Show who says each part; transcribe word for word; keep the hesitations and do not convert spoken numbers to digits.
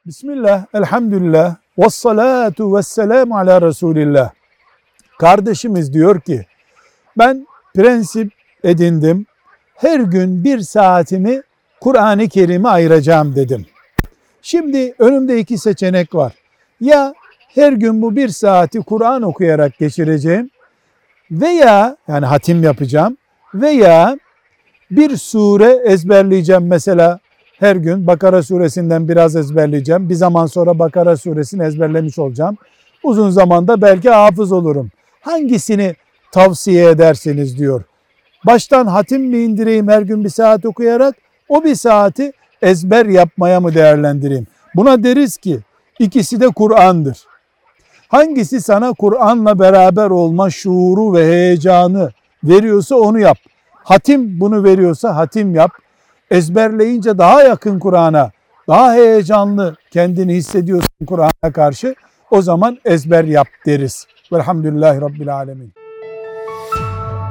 Speaker 1: Bismillah, elhamdülillah, ve salatu ve selamu ala Resulillah. Kardeşimiz diyor ki, ben prensip edindim, her gün bir saatimi Kur'an-ı Kerim'e ayıracağım dedim. Şimdi önümde iki seçenek var. Ya her gün bu bir saati Kur'an okuyarak geçireceğim veya yani hatim yapacağım veya bir sure ezberleyeceğim. Mesela her gün Bakara suresinden biraz ezberleyeceğim. Bir zaman sonra Bakara suresini ezberlemiş olacağım. Uzun zamanda belki hafız olurum. Hangisini tavsiye edersiniz diyor. Baştan hatim mi indireyim her gün bir saat okuyarak, o bir saati ezber yapmaya mı değerlendireyim? Buna deriz ki ikisi de Kur'an'dır. Hangisi sana Kur'an'la beraber olma şuuru ve heyecanı veriyorsa onu yap. Hatim bunu veriyorsa hatim yap. Ezberleyince daha yakın Kur'an'a, daha heyecanlı kendini hissediyorsun Kur'an'a karşı. O zaman ezber yap deriz. Velhamdülillahi Rabbil Alemin.